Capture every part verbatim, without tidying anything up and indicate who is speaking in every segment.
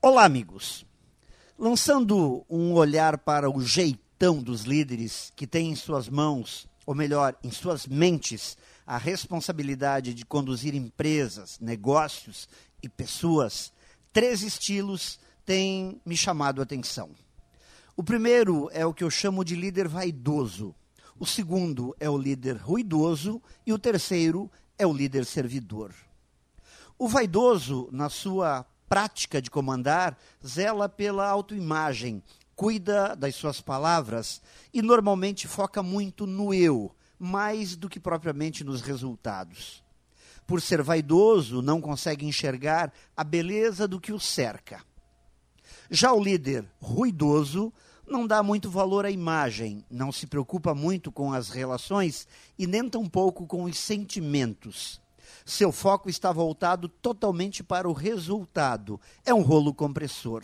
Speaker 1: Olá, amigos. Lançando um olhar para o jeitão dos líderes que têm em suas mãos, ou melhor, em suas mentes, a responsabilidade de conduzir empresas, negócios e pessoas, três estilos têm me chamado a atenção. O primeiro é o que eu chamo de líder vaidoso. O segundo é o líder ruidoso e o terceiro é o líder servidor. O vaidoso, na sua prática de comandar, zela pela autoimagem, cuida das suas palavras e normalmente foca muito no eu, mais do que propriamente nos resultados. Por ser vaidoso, não consegue enxergar a beleza do que o cerca. Já o líder ruidoso não dá muito valor à imagem, não se preocupa muito com as relações e nem tampouco com os sentimentos. Seu foco está voltado totalmente para o resultado. É um rolo compressor.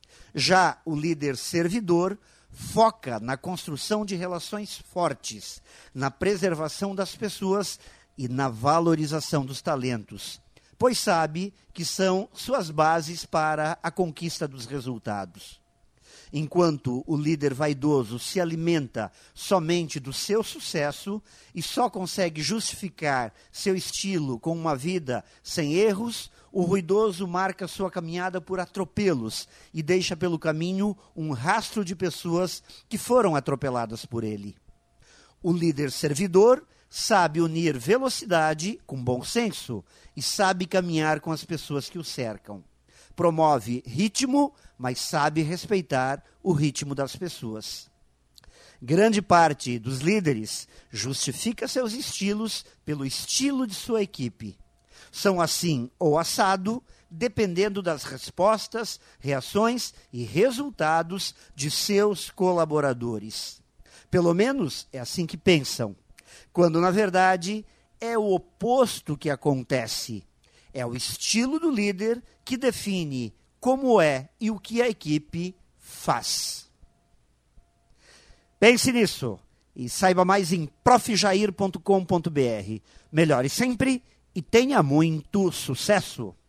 Speaker 1: Já o líder servidor foca na construção de relações fortes, na preservação das pessoas e na valorização dos talentos, pois sabe que são suas bases para a conquista dos resultados. Enquanto o líder vaidoso se alimenta somente do seu sucesso e só consegue justificar seu estilo com uma vida sem erros, o ruidoso marca sua caminhada por atropelos e deixa pelo caminho um rastro de pessoas que foram atropeladas por ele. O líder servidor sabe unir velocidade com bom senso e sabe caminhar com as pessoas que o cercam. Promove ritmo, mas sabe respeitar o ritmo das pessoas. Grande parte dos líderes justifica seus estilos pelo estilo de sua equipe. São assim ou assado, dependendo das respostas, reações e resultados de seus colaboradores. Pelo menos é assim que pensam, quando na verdade é o oposto que acontece. É o estilo do líder que define como é e o que a equipe faz. Pense nisso e saiba mais em prof jair ponto com ponto br. Melhore sempre e tenha muito sucesso!